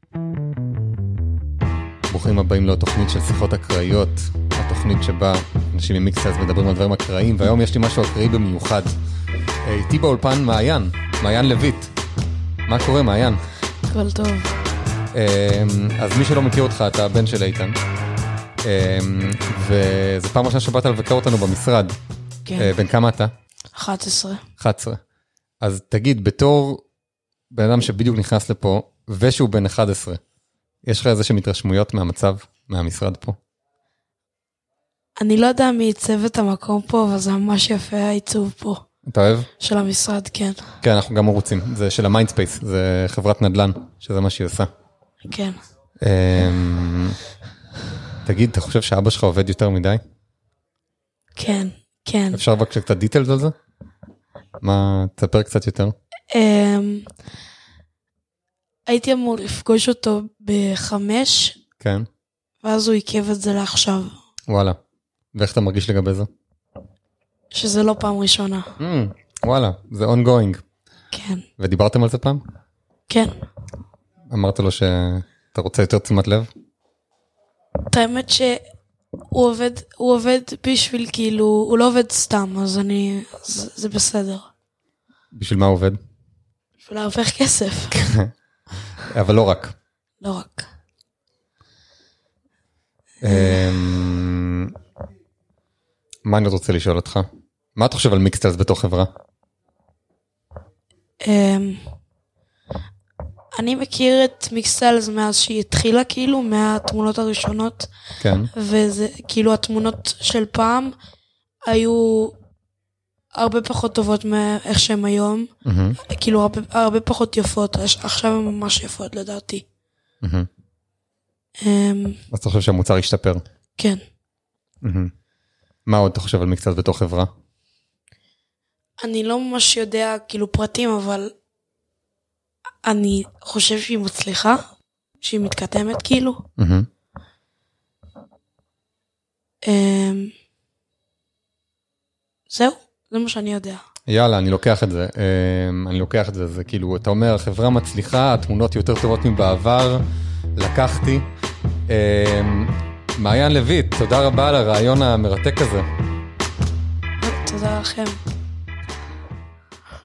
ברוכים הבאים לתוכנית של שיחות אקראיות, התוכנית שבה אנשים ממיקסלס מדברים על דברים אקראיים, והיום יש לי משהו אקראי במיוחד. איתי באולפן מעיין לויט. מה קורה, מעיין? הכל טוב. אז מי שלא מכיר אותך, אתה הבן של איתן. וזו פעם ראשונה שבאת לבקר אותנו במשרד. כן. בן כמה אתה? 11. 11. אז תגיד, בתור בן אדם שבדיוק נכנס לפה, ושהוא בן 11, יש לך איזה שמתרשמויות מהמצב, מהמשרד פה? אני לא יודע מי ייצב את המקום פה, אבל זה ממש יפה העיצוב פה. אתה אוהב? של המשרד, כן. כן, אנחנו גם רוצים. זה של המיינדספייס, זה חברת נדל"ן, שזה מה שהיא עושה. כן. תגיד, אתה חושב שאבא שלך עובד יותר מדי? כן, כן. אפשר בבקשה קצת דיטלס על זה? מה, תספר קצת יותר. הייתי אמור לפגוש אותו ב5, כן. ואז הוא עיכב את זה לעכשיו. וואלה. ואיך אתה מרגיש לגבי זה? שזה לא פעם ראשונה. וואלה, זה ongoing. כן. ודיברתם על זה פעם? כן. אמרת לו שאתה רוצה יותר תשומת לב? את האמת שהוא עובד בשביל כאילו, הוא לא עובד סתם, אז זה בסדר. בשביל מה הוא עובד? בשביל להרוויח כסף. אבל לא רק. לא רק. מה אני רוצה לשאול אותך? מה אתה חושב על מיקסלס בתור חברה? אני מכיר את מיקסלס מאז שהיא התחילה כאילו, מהתמונות הראשונות. כן. וזה כאילו התמונות של פעם היו הרבה פחות טובות מאיך שהן היום. כאילו הרבה פחות יפות. עכשיו הן ממש יפות לדעתי. אז אתה חושב שהמוצר ישתפר? כן. מה עוד אתה חושב על מיקסלס בתור חברה? אני לא ממש יודע כאילו פרטים, אבל אני חושב שהיא מצליחה, שהיא מתקדמת כאילו. זהו, זה מה שאני יודע. יאללה, אני לוקח את זה. זה כאילו, אתה אומר, החברה מצליחה, התמונות יותר טובות מבעבר, לקחתי. מעיין לויט, תודה רבה על הרעיון המרתק הזה. תודה לכם.